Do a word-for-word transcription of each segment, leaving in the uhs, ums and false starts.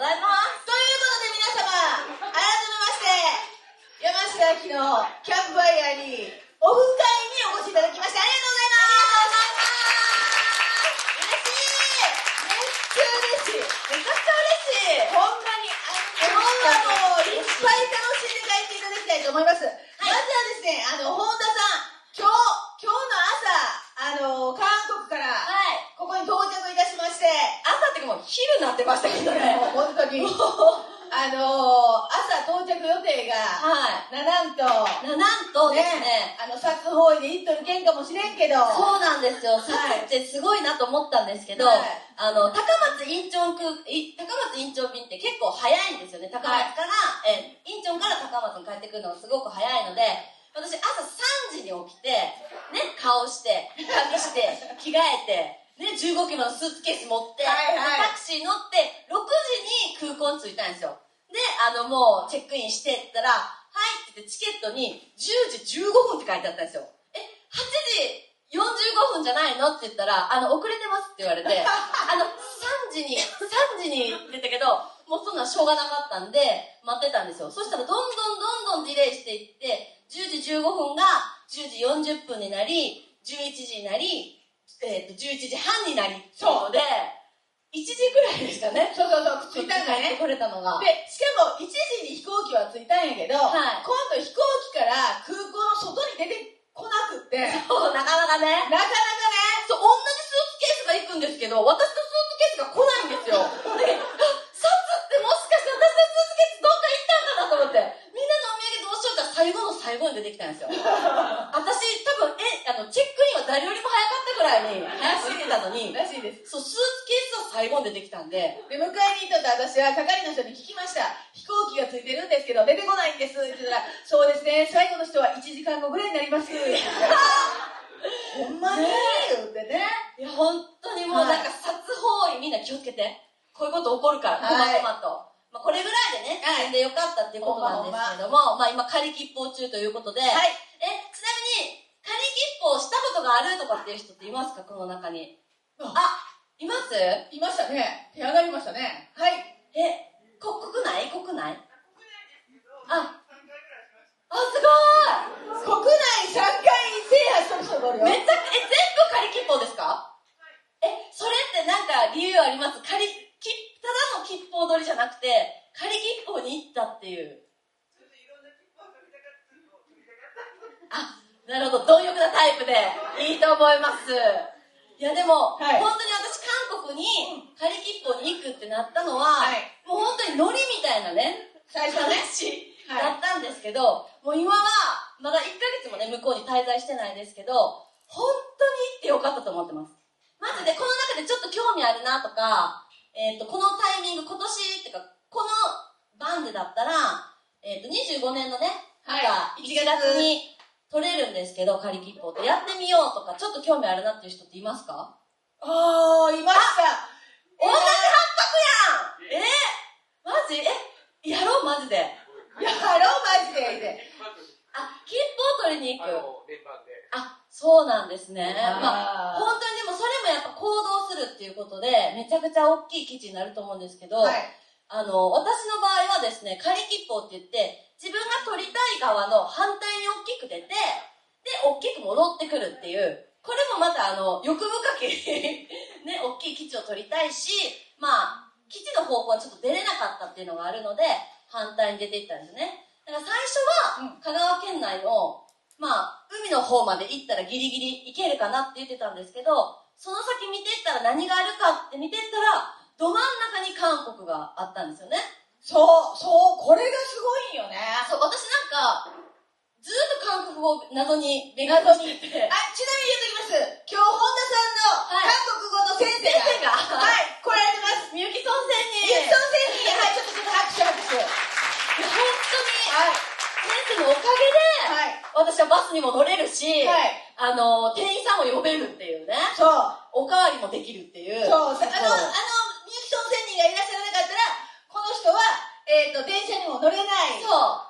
ございます。 ということで皆様、改めまして、山下明のキャンプファイヤーに、オフ会にお越しいただきましてありがとうございます。嬉しい。めっちゃ嬉しい。 めちゃくちゃ嬉しい。 ほんまに、あの、もう、いっぱい楽しんで帰っていただきたいと思います。はい、まずはですね、あの、本田さん、今日、今日の朝、あの、韓国から、はい、ここに到着いたしまして、 朝っていうかもう昼になってましたけどね。 もう本当に。あのー、朝到着予定が、はい、ななんと、 ななんとですね、 あの、サツホイで行っとるけんかもしれんけど、 そうなんですよ。サツってすごいなと思ったんですけど、はい、あの、高松インチョン空、高松インチョン便って結構早いんですよね。高松から、はい、え、インチョンから高松に帰ってくるのがすごく早いので、私朝さんじに起きて、ね、顔して、髪して、着替えて、ね、じゅうごキロのスーツケース持って、はいはい、タクシー乗って、ろくじに空港に着いたんですよ。で、あの、もう、チェックインしてったら、はいって言って、チケットにじゅうじじゅうごふんって書いてあったんですよ。え、はちじよんじゅうごふんじゃないのって言ったら、あの、遅れてますって言われて、あの、さんじに、さんじに出たけど、もうそんなしょうがなかったんで、待ってたんですよ。そしたら、どんどんどんどんディレイしていって、じゅうじじゅうごふんがじゅうじよんじゅっぷんになり、じゅういちじになり、えっと、じゅういちじはんになり、そうで、いちじぐらいでしたね。 そうそうそう、着いたんだね。 来れたのが。 で、しかもいちじに飛行機は着いたんやけど、はい、今度飛行機から空港の外に出てこなくって。 そう、なかなかね。 なかなかね。 そう、同じスーツケースが行くんですけど、私のスーツケースが来ないんですよ。で、サツってもしかして私のスーツケースどっか行ったんかなと思って、みんなのお土産どうしようって最後の最後に出てきたんですよ。私、多分、え、あの、チェックインは誰よりも早かったぐらいに早すぎてたのに、 らしいです。 そう、スーツケースは最後に出てきたんで。 で、迎えに行っとった私は係の人に聞きました。飛行機がついてるんですけど、出てこないんです。って言ったら、そうですね、最後の人はいちじかんごぐらいになります。ほんまに言ってね。 いや、本当にもうなんか、殺法医みんな気をつけて。こういうこと起こるから、こまごまと。まあ、これぐらいでね、全然よかったっていうことなんですけども、まあ今仮切符中ということで、はい、え、ちなみに、仮切符をしたことがあるとかっていう人っていますか、この中に。あ、います？ いましたね。手上がりましたね。はい。 え、こ、国内国内あ、あ、すごい！国内さんかい制覇した人がおるよ。 めっちゃ、え、全部仮切符ですか？え、それってなんか理由あります？仮、き、ただの切符取りじゃなくて、仮切符に行ったっていう。あ、なるほど。貪欲なタイプでいいと思います。いやでも、はい、本当に私韓国に仮切符に行くってなったのは、はい、もう本当にノリみたいなね、最初の話だったんですけど、もう今はまだいっかげつもね、向こうに滞在してないですけど、本当に行ってよかったと思ってます。マジでこの中でちょっと興味あるなとか、えっと、このタイミング、今年っていうか、このバンでだったら、えっと、にじゅうごねんのね、はい、いちがつに取れるんですけど、仮切符ってやってみようとか、ちょっと興味あるなっていう人っていますか？ あー、いました。 同じはっぱくやん。えー、マジ？え、やろうマジで。 やろうマジで。 あ、切符を取りに行く。あ、そうなんですね。まあ、本当にでもそれもやっぱ行動するっていうことで、めちゃくちゃ大きい基地になると思うんですけど、はい、あの、私の場合はですね、仮切符って言って、自分が取りたい側の反対に大きく出て、で、大きく戻ってくるっていう、これもまたあの、欲深きね、大きい基地を取りたいし、まあ、基地の方向はちょっと出れなかったっていうのがあるので、反対に出ていったんですよね。だから最初は、香川県内の、まあ、海の方まで行ったらギリギリ行けるかなって言ってたんですけど、その先見ていったら何があるかって見ていったら、ど真ん中に韓国があったんですよね。 そう、そう、これがすごいよね。 そう、私なんか、ずーっと韓国語を謎に勉強してて。 あ、ちなみに言うときます。今日、本田さんの韓国語の先生が、はい、はい、来られてます。 みゆきそんせんに。 みゆきそんせんに、はい、ちょっとちょっと拍手拍手。 いや、本当に、はい、先生のおかげで、はい、私はバスにも乗れるし、はい、あの、店員さんも呼べるっていうね。 そう。 おかわりもできるっていう。 そう、あの、あの、みゆきそんせんにがいらっしゃらなかったら、この人は、えっと、電車にも乗れない。 そう。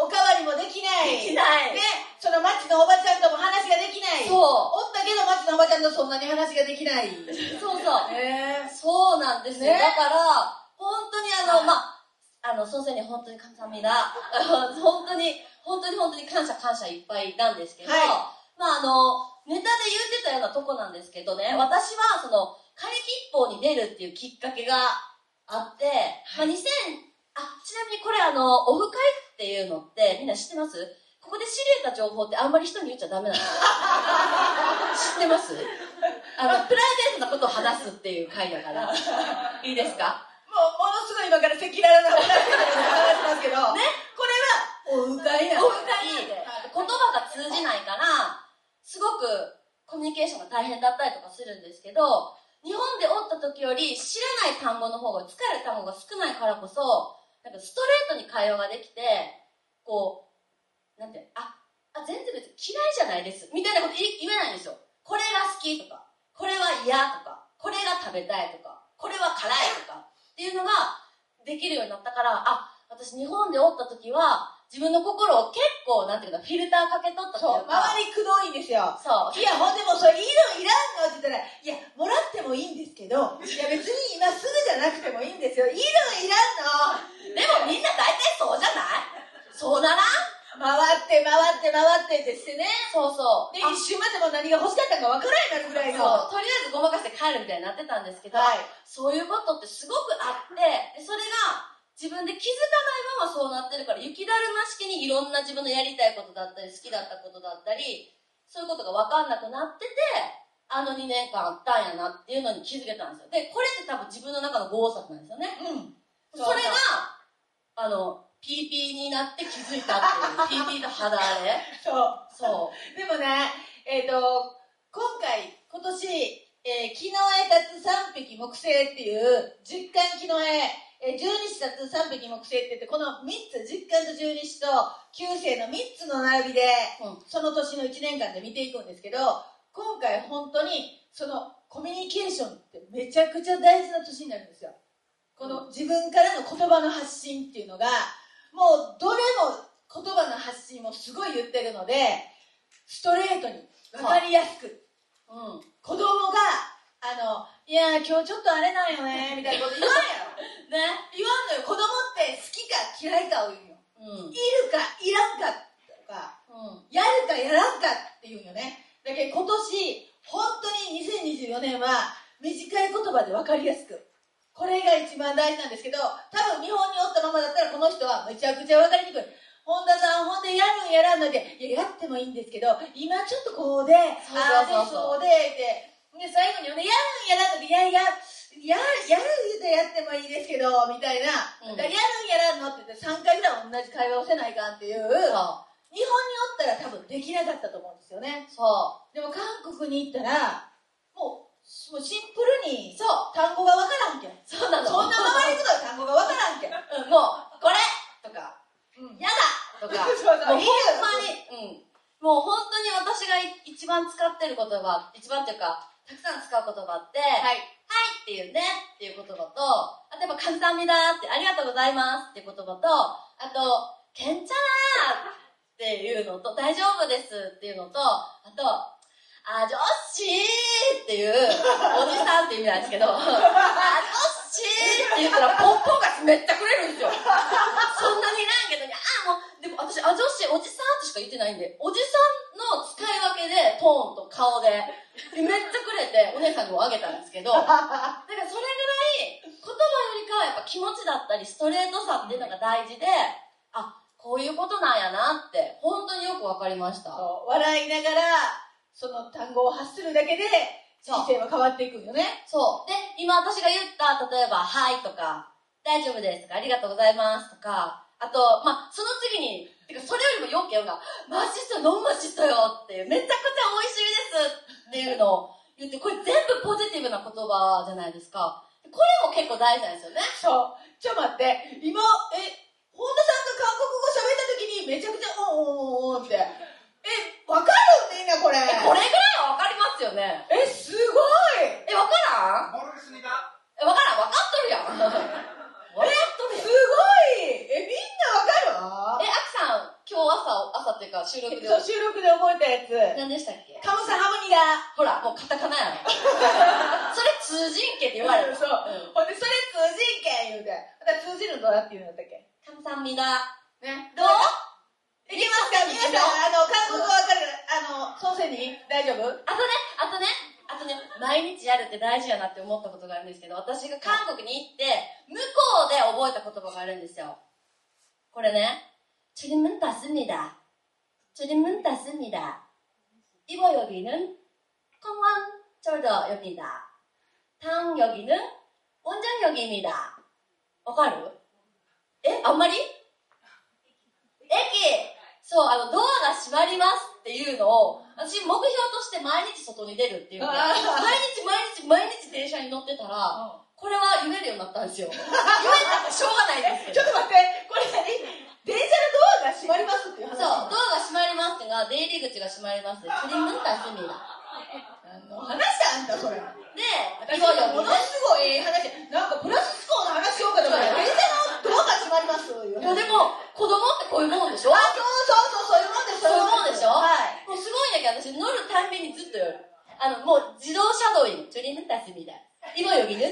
おかわりもできない。 できない。 ね、その町のおばちゃんとも話ができない。 そう。 おったけど町のおばちゃんとそんなに話ができない。 そうそう。 へ、 そうなんですよ。ね、だから、本当にあの、はい、まあ、 あの、先生に本当に感謝みだ。本当に、本当に本当に感謝感謝いっぱいなんですけど、はい、まああの、ネタで言ってたようなとこなんですけどね、私はその、枯れ吉報に出るっていうきっかけがあって、はい、まあにせん、あ、ちなみにこれあの、オフ会っていうのってみんな知ってます？ここで知り得た情報ってあんまり人に言っちゃダメなんですよ。知ってます？あの、プライベートなことを話すっていう回だから。いいですか？ もう、ものすごい今から赤裸々な話しますけど、ね、これは、オフ会なんで。 オフ会なんで。言葉が通じないから、すごくコミュニケーションが大変だったりとかするんですけど、日本でおった時より知らない単語の方が、使える単語が少ないからこそ、なんかストレートに会話ができて、こう、なんて、あ、あ、全然別に嫌いじゃないです。みたいなこと言えないんですよ。これが好きとか、これは嫌とか、これが食べたいとか、これは辛いとか、っていうのができるようになったから、あ、私日本でおった時は、自分の心を結構、なんていうか、フィルターかけとったっていうか。 そう、周りくどいんですよ。 そう。 いや、ほんでもそれいるいらんのって言ったら、いや、もらってもいいんですけど、いや別に今すぐじゃなくてもいいんですよ。いるいらんの。 でもみんな大体そうじゃない？そうなら回って回って回ってってしてね。 そうそう。 で、一瞬までも何が欲しかったかわからんようになるぐらいの。 そう。とりあえずごまかして帰るみたいになってたんですけど、はい、そういうことってすごくあって、でそれが自分で気づかないままそうなってるから、雪だるま式にいろんな自分のやりたいことだったり、好きだったことだったり、そういうことが分かんなくなってて、あのにねんかんあったんやなっていうのに気づけたんですよ。で、これって多分自分の中のごうさくなんですよね。うん。それが、あの、ピーピー になって気づいたっていう。ピーピー と肌荒れ。 そう。そう。でもね、えっ、ー、と、今回、今年、えー、木の絵立つ三匹木星っていう実感木の絵、えー、十二支立つ三匹木星って言って、このみっつ、実感と十二支と九星のみっつの並びで、うん、その年のいちねんかんで見ていくんですけど、今回本当にそのコミュニケーションってめちゃくちゃ大事な年になるんですよ。この自分からの言葉の発信っていうのが、もうどれも言葉の発信もすごい言ってるので、ストレートに分かりやすく、うん、子供があのいや今日ちょっとあれなんよねみたいなこと言わんやろね、言わんのよ。子供って好きか嫌いかを言うよ、うん、いるかいらんかとか、うん、やるかやらんかって言うよね。だけど今年本当ににせんにじゅうよねんは短い言葉で分かりやすく、これが一番大事なんですけど、多分日本におったままだったらこの人はめちゃくちゃ分かりにくい。本田さん、ほんでやるんやらんので、いや、やってもいいんですけど、今ちょっとこうで、ああで、そうで、で、で、最後に、ね、やるんやらんので、いやいや、や、やる言うてやってもいいですけど、みたいな、うん、だやるんやらんのって言ってさんかいぐらい同じ会話をせないかんっていう、日本におったら多分できなかったと思うんですよね。そう。でも韓国に行ったら、もう、もうシンプルに、そう、単語がわからんけん。そうなの。そんな回りくどい単語がわからんけん。うん、もう、これとか、うん、やだとか、そうそう、もうほんまに、うん。もう本当に私が一番使ってる言葉、一番っていうか、たくさん使う言葉って、はい、はいっていうね、っていう言葉と、あとやっぱ、感謝みだって、ありがとうございますっていう言葉と、あと、けんちゃらーっていうのと、大丈夫ですっていうのと、あと、あじょっしーっていう、おじさんっていう意味なんですけど、あじょっしーって言ったら、ポンポンがめっちゃくれるんですよ。そんなにいらんけどに、あもう、でも私、あじょっしー、おじさんってしか言ってないんで、おじさんの使い分けで、トーンと顔で、めっちゃくれて、お姉さんにもあげたんですけど、だからそれぐらい、言葉よりかはやっぱ気持ちだったり、ストレートさっていうのが大事で、あ、こういうことなんやなって、本当によくわかりました。 笑いながら、その単語を発するだけで人生は変わっていくよね。 そう。で、今私が言った、例えば、はいとか、大丈夫ですとか、ありがとうございますとか、あと、まあ、その次に、てかそれよりも要件が、マジっすよ、ノンマジっすよっていう、めちゃくちゃ美味しいですっていうのを言って、これ全部ポジティブな言葉じゃないですか。これも結構大事なんですよね。 そう。ちょっと待って、今、え、本田さんが韓国語喋った時にめちゃくちゃ、おんおんおんって、え、わかるみんなこれ。 え、これぐらいはわかりますよね。 え、すごい。 え、わからん？モルグスニだ。え、わからん、わかっとるやん。わかっとるやん。 すごい。え、みんなわかる？ え、アキさん、今日朝、朝っていうか収録で。 そう、収録で覚えたやつ。 何でしたっけ？ カムサハムニだ。 ほら、もうカタカナやろ。それ通人権って言われる。 そう。ほんで、それ通人権言うて。通通じるのどうやって言うんだったっけ？ 감사합니다。 ね。どう？いけますか皆さん、あの、韓国語わかる、あの、ソーセに大丈夫？ あとね、あとね、あとね、毎日やるって大事やなって思ったことがあるんですけど、私が韓国に行って、向こうで覚えた言葉があるんですよ。これね、주님은 닫습니다。주님은 닫습니다。이번 여기는 공항철도역입니다。다음 여기는 원정역입니다。わかる？え、あんまり？駅！そう、あの、ドアが閉まりますっていうのを、私目標として毎日外に出るっていうので、毎日毎日毎日電車に乗ってたら、これは言えるようになったんですよ。言えたらしょうがないですけど。 ちょっと待って、これ何？電車のドアが閉まりますっていう話？ そう、ドアが閉まりますっていうのが、出入り口が閉まりますって、クリムンタスミだ。 何の話あんたそれ。 で、 私はものすごい話、なんかプラス思考の話しようかと思ったら、電車のドアが閉まりますよ。 いやでも、子供ってこういうもんでしょ？ あ、そうそうそう、そういうもんです。 そういうもんでしょ？ はい。 もうすごいんだけど、私乗るたんびにずっとやる。あの、もう自動車道に、クリムンタスミだ。今여기는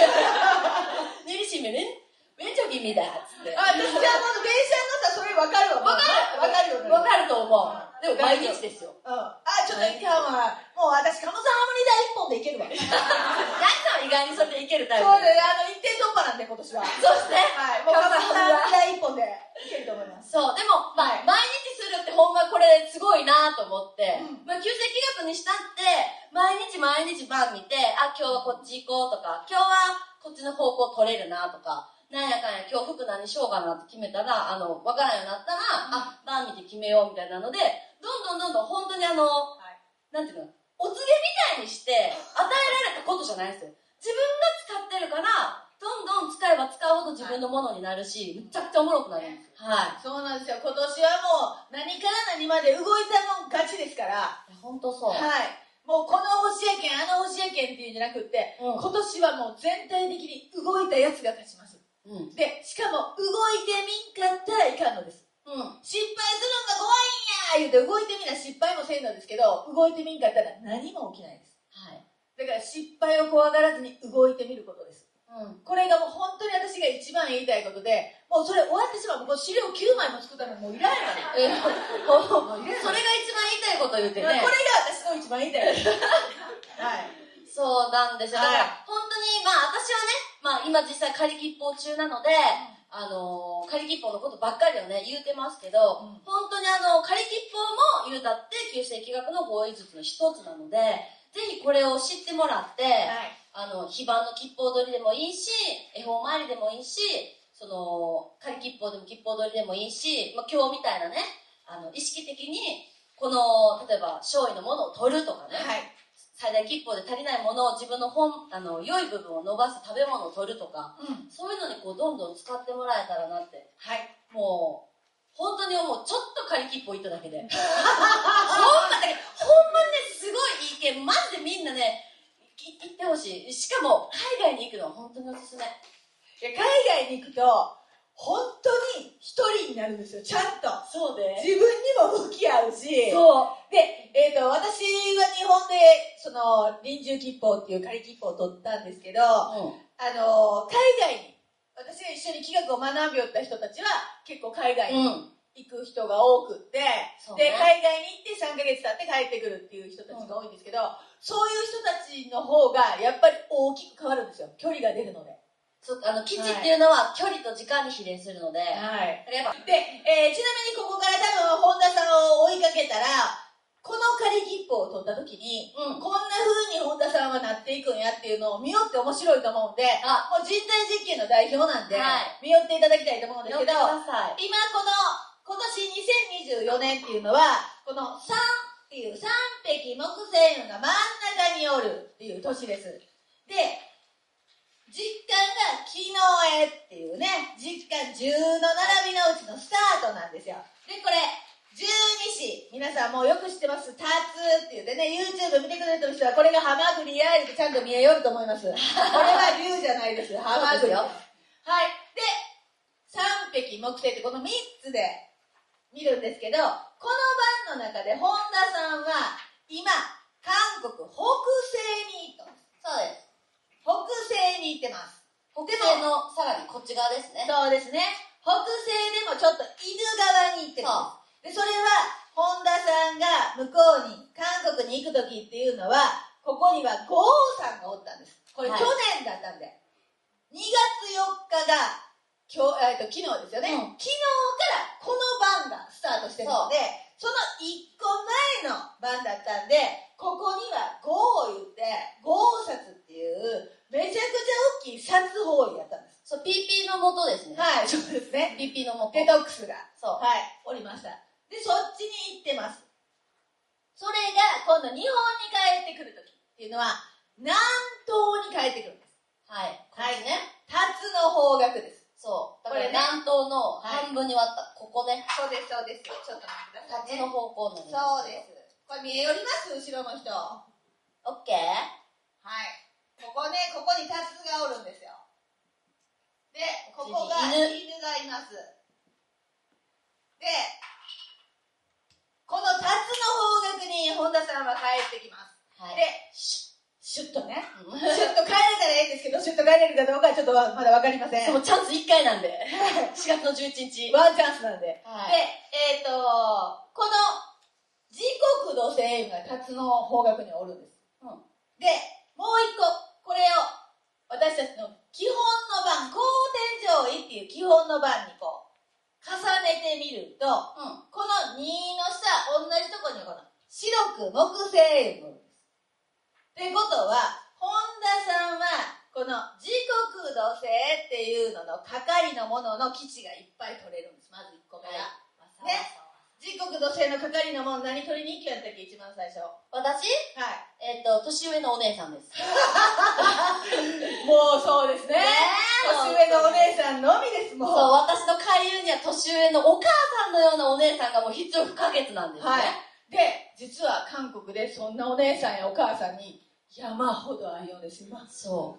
내리시면은 왼쪽입니다。つって。 あ、私じゃあ、あの電車に乗ったらそれ分かるわ。 分かる分かるよね。 分かると思う。でも毎日ですよ。 うん。あ、ちょっと一回は、もう私、鴨さんハモニダ一本でいけるわ。 ジャックさんは意外にそれでいけるタイプ。 そうで、あの、一点突破なんで、今年は。 そうですね。 はい。もう鴨さんハモニダ一本でいけると思います。 そう、でも、まあ、毎日するってほんまこれすごいなと思って、 うん、 まあ、旧世紀学にしたって、毎日毎日晩見て、あ、今日はこっち行こうとか、今日はこっちの方向取れるなとか、なんやかんや今日服何しようかなって決めたら、あの、わからんようになったら、うん、あ、晩見て決めようみたいなので、どんどんどんどん本当にあの、はい、なんていうの、お告げみたいにして与えられたことじゃないですよ。自分が使ってるから、どんどん使えば使うほど自分のものになるし、むちゃくちゃおもろくなるんです。はい。 そうなんですよ。今年はもう何から何まで動いたもん勝ちですから。 本当そう。 はい。もうこの星やけん、あの星やけんっていうんじゃなくって、うん、今年はもう全体的に動いたやつが勝ちます。うん、で、しかも動いてみんかったらいかんのです。うん、失敗するんが怖いんやー言うて動いてみな失敗もせんのですけど、動いてみんかったら何も起きないです。はい。だから失敗を怖がらずに動いてみることです。うん、これがもう本当に私が一番言いたいことで、もうそれ終わってしまう。もう資料きゅうまいも作ったのもういらないから。えー、 それが一番言いたいこと言ってね。 これが私の一番言いたいこと。はい。 そうなんですよ。だから、本当に、まあ私はね、まあ今実際仮切符中なので、うん、あのー、仮切符のことばっかりをね、言うてますけど、うん、本当にあの、仮切符も言うたって旧世紀学の合意術の一つなので、ぜひこれを知ってもらって、はい、あの、非番の切符取りでもいいし、恵方回りでもいいし、その、仮切符でも切符取りでもいいし、まあ今日みたいなね、あの、意識的に、この、例えば、勝利のものを取るとかね、はい、最大切符で足りないものを自分の本、あの、良い部分を伸ばす食べ物を取るとか、うん、そういうのにこう、どんどん使ってもらえたらなって。はい。もう、本当に思う。ちょっと仮切符行っただけで。ほんまだけど、ほんまにね、すごいいいけん、マジでみんなね、行ってほしい。しかも、海外に行くのは本当におすすめ。 いや、海外に行くと、本当に一人になるんですよ、ちゃんと。そうで。自分にも向き合うし。そう。で、えっと、私は日本で、その、臨終吉報っていう仮切符を取ったんですけど、うん、あの、海外に、私が一緒に企画を学びよった人たちは、結構海外に行く人が多くって、うん、で、海外に行ってさんかげつ経って帰ってくるっていう人たちが多いんですけど、うん、そういう人たちの方が、やっぱり大きく変わるんですよ。距離が出るので。 そあの基地っていうのは距離と時間に比例するので、はい、 で、えー、ちなみにここから多分本田さんを追いかけたらこの仮切符を取った時に、うん、こんな風に本田さんはなっていくんやっていうのを見よって面白いと思うんで、あもう人体実験の代表なんで、はい、見よっていただきたいと思うんですけど、今この今年にせんにじゅうよねんっていうのはこのさんっていう三匹木星雲が真ん中におるっていう年です。で実感が昨日へっていうね、実感じゅうの並びのうちのスタートなんですよ。で、これ、十二支。皆さんもうよく知ってます。タツって言ってね、YouTube 見てくれてる人は、これがハマグリや、ってちゃんと見えよると思います。これは竜じゃないです。ハマグリ。はい。で、三匹木星ってこの三つで見るんですけど、この番の中で本田さんは、今、韓国北西に行ったんです。そうです。北西に行ってます。 北西のさらにこっち側ですね。 そうですね。北西でもちょっと伊豆側に行ってるんです。で、それは、本田さんが向こうに、韓国に行くときっていうのは、ここにはゴーさんがおったんです。これ、はい、去年だったんで。にがつよっかが、今日、えっと、昨日ですよね。うん、昨日からこの番がスタートしてるので、そのいっこまえの番だったんで、ここにはゴーを言って、ゴー札っていう、めちゃくちゃ大きい札方位だったんです。 そう、ピーピー の元ですね。 はい、そうですね。 ピーピー の元。 デトックスが。 そう。 はい、おりました。で、そっちに行ってます。それが、今度日本に帰ってくるときっていうのは、南東に帰ってくるんです。 はい。 はいね。辰の方角です。 そう。だから南東の半分に割った、はい、ここね。 そうです、そうです。ちょっと待ってください、ね。 辰の方向なんです。 そうです。これ見えおります？後ろの人。 オッケー？ はい。ここね、ここに辰がおるんですよ。で、ここが犬がいます。で、この辰の方角に本田さんは帰ってきます。はい、で、シュッとね。シュッと帰れたらいいんですけど、シュッと帰れるかどうかはちょっとまだわかりません。 そう、チャンスいっかいなんで。しがつのじゅういちにち。 ワンチャンスなんで。 はい、 で、えっ、ー、と、この時刻土星が辰の方角におるんです。うん、で、もう一個、これを私たちの基本の番、後天上位っていう基本の番にこう、重ねてみると、うん、このにの下、同じところにこの白く木星雲がおるんです。ということは、本田さんは、この時刻土星っていうのの係のものの基地がいっぱい取れるんです。まずいっこめが。はい、ね。時刻土星の係のもの何取りに行きやったっけ、一番最初。 私？ はい。 えっと、年上のお姉さんです。 もうそうですね。ね年上のお姉さんのみです、もう。 そう、私の回遊には年上のお母さんのようなお姉さんがもう必要不可欠なんですね。はい。 で、実は韓国でそんなお姉さんやお母さんに山ほど愛用です今。 そう。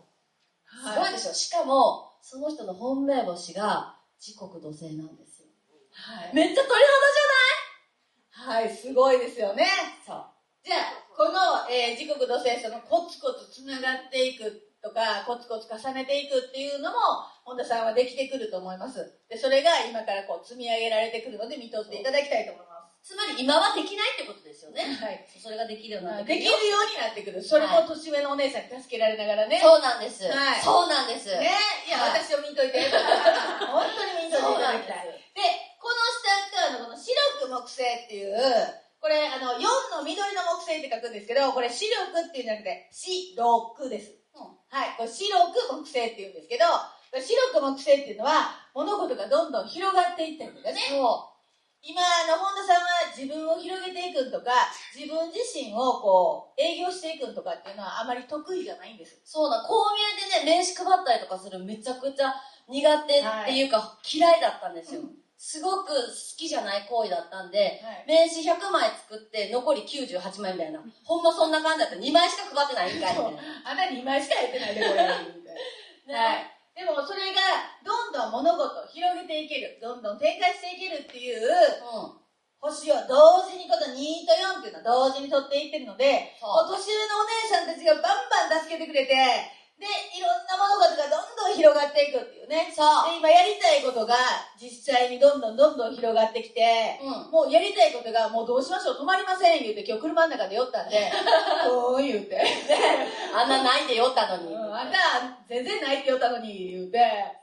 はい、すごいでしょ。しかも、その人の本命星が時刻土星なんですよ。はい。めっちゃ鳥肌じゃない？ はい、すごいですよね。 そう。 じゃあ、この、えー、時刻土星、そのコツコツつながっていくとか、コツコツ重ねていくっていうのも、本田さんはできてくると思います。で、それが今からこう積み上げられてくるので見とっていただきたいと思います。 つまり今はできないってことですよね。 はい。 それができるようになってくる。できるようになってくる。それも年上のお姉さんに助けられながらね。 そうなんです。 はい。 そうなんです。 ね。いや、はい、私を見といて。本当に見といていただきたい。で、この下側のこの白く木星っていう、これあの、よんの緑の木星って書くんですけど、これ白くっていうんじゃなくて、白くです。うん。はい。これ白く木星って言うんですけど、白く木星っていうのは、物事がどんどん広がっていったりとかね。そう。今、あの、本田さんは自分を広げていくんとか、自分自身をこう、営業していくんとかっていうのはあまり得意じゃないんです。 そうだ、こう見えてね、名刺配ったりとかするめちゃくちゃ苦手っていうか、はい、嫌いだったんですよ。うん、すごく好きじゃない行為だったんで、はい、名刺ひゃくまい作って残りきゅうじゅうはちまいみたいな。ほんまそんな感じだったらにまいしか配ってないみたいな。 あんなにまいしかやってないで、これ。みたいな。はい。でもそれがどんどん物事を広げていける、どんどん展開していけるっていう、うん、星を同時にこのにとよんっていうのを同時に取っていってるので、お年上のお姉さんたちがバンバン助けてくれて、で、いろんな物事がどんどん広がっていくっていうね。そう。で、今やりたいことが実際にどんどんどんどん広がってきて、うん、もうやりたいことがもうどうしましょう止まりません言うて今日車の中で酔ったんで、こう言うて。 あんな泣いて酔ったのに。 うん、あんた全然泣いて酔ったのに言うて、